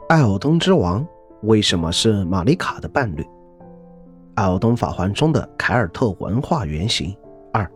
艾尔登之王为什么是玛丽卡的伴侣？艾尔登法环中的凯尔特文化原型2。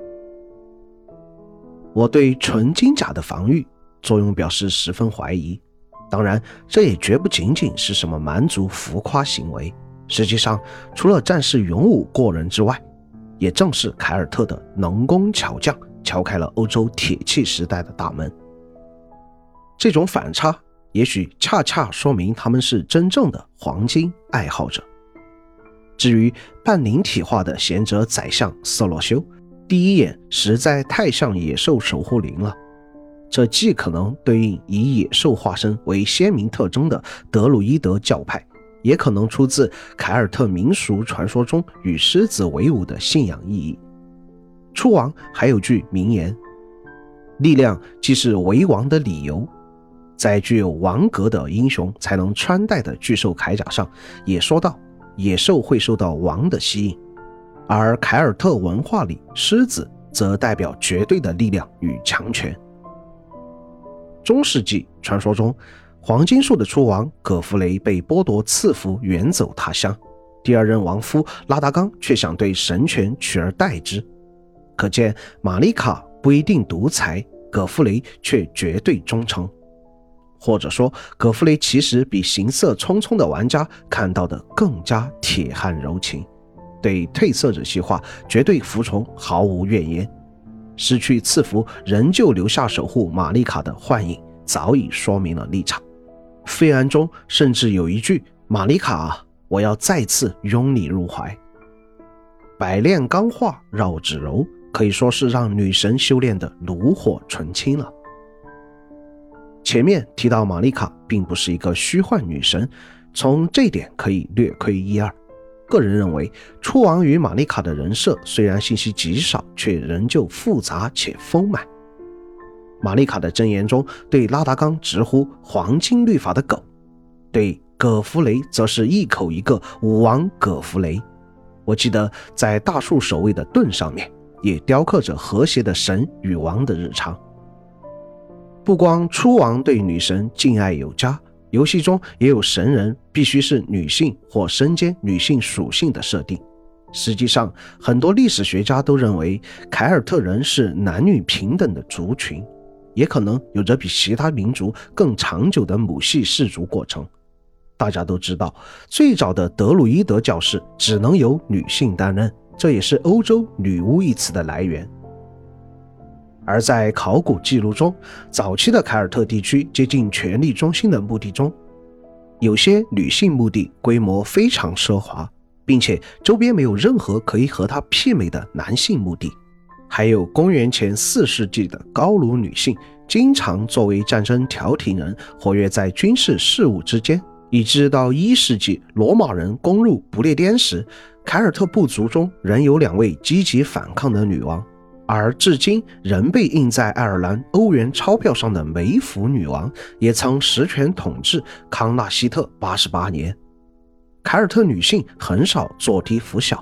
我对纯金甲的防御作用表示十分怀疑，当然这也绝不仅仅是什么蛮族浮夸行为，实际上除了战士勇武过人之外，也正是凯尔特的能工巧匠敲开了欧洲铁器时代的大门。这种反差也许恰恰说明他们是真正的黄金爱好者。至于半灵体化的贤者宰相色洛修，第一眼实在太像野兽守护灵了，这既可能对应以野兽化身为鲜明特征的德鲁伊德教派，也可能出自凯尔特民俗传说中与狮子为伍的信仰意义。出王还有句名言，力量既是为王的理由，在具有王格的英雄才能穿戴的巨兽铠甲上也说到，野兽会受到王的吸引，而凯尔特文化里狮子则代表绝对的力量与强权。中世纪传说中，黄金树的出王葛弗雷被剥夺赐福远走他乡，第二任王夫拉达冈却想对神权取而代之，可见玛丽卡不一定独裁，葛弗雷却绝对忠诚。或者说葛弗雷其实比行色匆匆的玩家看到的更加铁汉柔情，对褪色者系化绝对服从，毫无怨言，失去赐福仍旧留下守护玛丽卡的幻影早已说明了立场。费安中甚至有一句，玛丽卡啊，我要再次拥你入怀。百炼钢化绕指柔，可以说是让女神修炼的炉火纯青了。前面提到玛丽卡并不是一个虚幻女神，从这点可以略窥一二。个人认为，出王与玛丽卡的人设虽然信息极少，却仍旧复杂且丰满。玛丽卡的箴言中对拉达冈直呼黄金律法的狗，对葛弗雷则是一口一个武王葛弗雷。我记得在大树守卫的盾上面也雕刻着和谐的神与王的日常。不光出王对女神敬爱有加，游戏中也有神人必须是女性或身兼女性属性的设定。实际上很多历史学家都认为凯尔特人是男女平等的族群，也可能有着比其他民族更长久的母系氏族过程。大家都知道，最早的德鲁伊德教士只能由女性担任，这也是欧洲女巫一词的来源。而在考古记录中，早期的凯尔特地区接近权力中心的墓地中，有些女性墓地规模非常奢华，并且周边没有任何可以和它媲美的男性墓地。还有公元前4世纪的高卢女性经常作为战争调停人活跃在军事事务之间，以致到1世纪罗马人攻入不列颠时，凯尔特部族中仍有2位积极反抗的女王，而至今仍被印在爱尔兰欧元钞票上的梅芙女王也曾实权统治康纳希特88年。凯尔特女性很少坐低服小。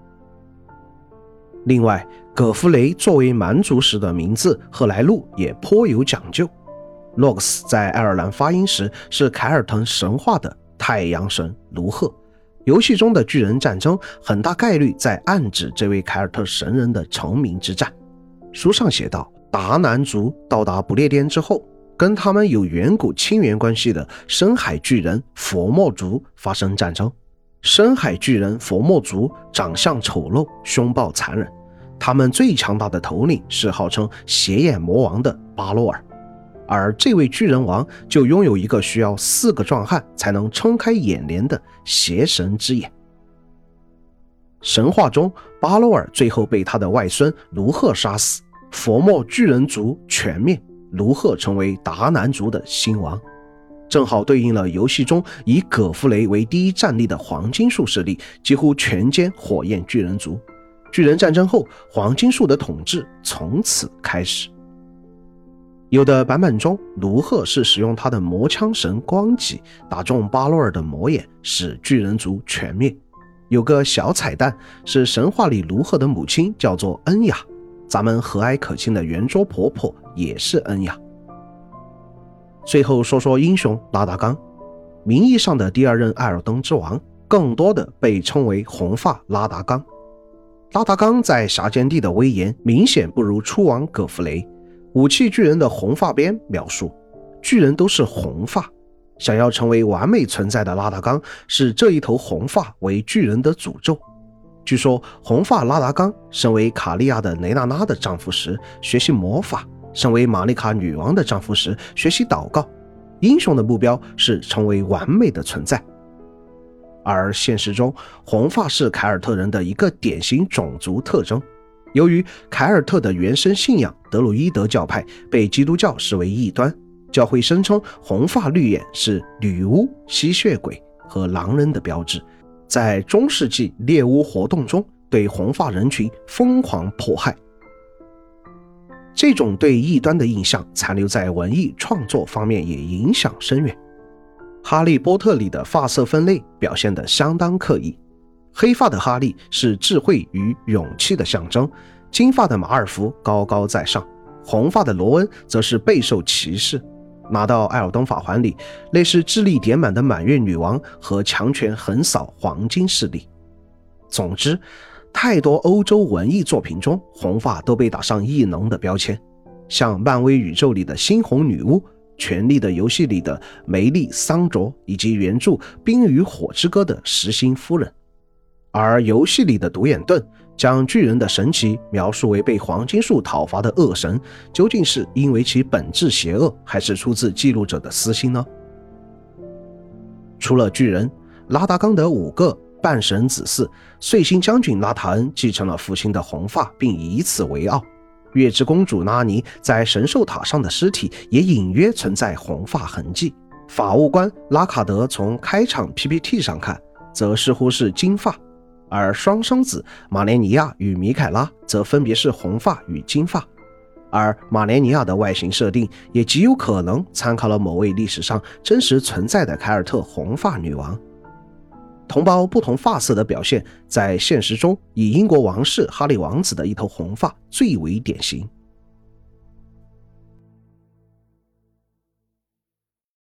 另外，葛弗雷作为蛮族时的名字赫莱路也颇有讲究。洛克斯在爱尔兰发音时是凯尔特神话的太阳神卢赫，游戏中的巨人战争很大概率在暗指这位凯尔特神人的成名之战。书上写道，达南族到达不列颠之后，跟他们有远古亲缘关系的深海巨人佛莫族发生战争。深海巨人佛莫族长相丑陋，凶暴残忍，他们最强大的头领是号称邪眼魔王的巴洛尔，而这位巨人王就拥有一个需要4个壮汉才能撑开眼帘的邪神之眼。神话中，巴洛尔最后被他的外孙卢赫杀死，佛莫巨人族全灭，卢赫成为达南族的新王，正好对应了游戏中以葛弗雷为第一战力的黄金树势力几乎全歼火焰巨人族。巨人战争后，黄金树的统治从此开始。有的版本中，卢赫是使用他的魔枪神光戟打中巴洛尔的魔眼，使巨人族全灭。有个小彩蛋是神话里卢赫的母亲叫做恩雅，咱们和蔼可亲的圆桌婆婆也是恩雅。最后说说英雄拉达冈， 名义上的第二任艾尔登之王，更多的被称为红发拉达冈。拉达冈在峡间地的威严明显不如初王葛弗雷。武器巨人的红发边描述，巨人都是红发，想要成为完美存在的拉达冈视这一头红发为巨人的诅咒。据说红发拉达冈身为卡利亚的雷娜拉的丈夫时学习魔法，身为玛丽卡女王的丈夫时学习祷告，英雄的目标是成为完美的存在。而现实中，红发是凯尔特人的一个典型种族特征。由于凯尔特的原生信仰德鲁伊德教派被基督教视为异端，教会声称红发绿眼是女巫、吸血鬼和狼人的标志，在中世纪猎巫活动中对红发人群疯狂迫害。这种对异端的印象残留在文艺创作方面，也影响深远。哈利波特里的发色分类表现得相当刻意，黑发的哈利是智慧与勇气的象征，金发的马尔福高高在上，红发的罗恩则是备受歧视。拿到艾尔登法环里，类似智力点满的满月女王和强权横扫黄金势力。总之，太多欧洲文艺作品中红发都被打上异能的标签，像漫威宇宙里的猩红女巫，权力的游戏里的梅丽桑卓，以及原著《冰与火之歌》的实心夫人。而游戏里的独眼盾将巨人的神奇描述为被黄金树讨伐的恶神，究竟是因为其本质邪恶，还是出自记录者的私心呢？除了巨人，拉达冈的5个半神子嗣，碎星将军拉塔恩继承了父亲的红发，并以此为傲。月之公主拉尼在神兽塔上的尸体也隐约存在红发痕迹。法务官拉卡德从开场 PPT 上看，则似乎是金发，而双生子马莲尼亚与米凯拉则分别是红发与金发。而马莲尼亚的外形设定也极有可能参考了某位历史上真实存在的凯尔特红发女王。同胞不同发色的表现在现实中，以英国王室哈利王子的一头红发最为典型。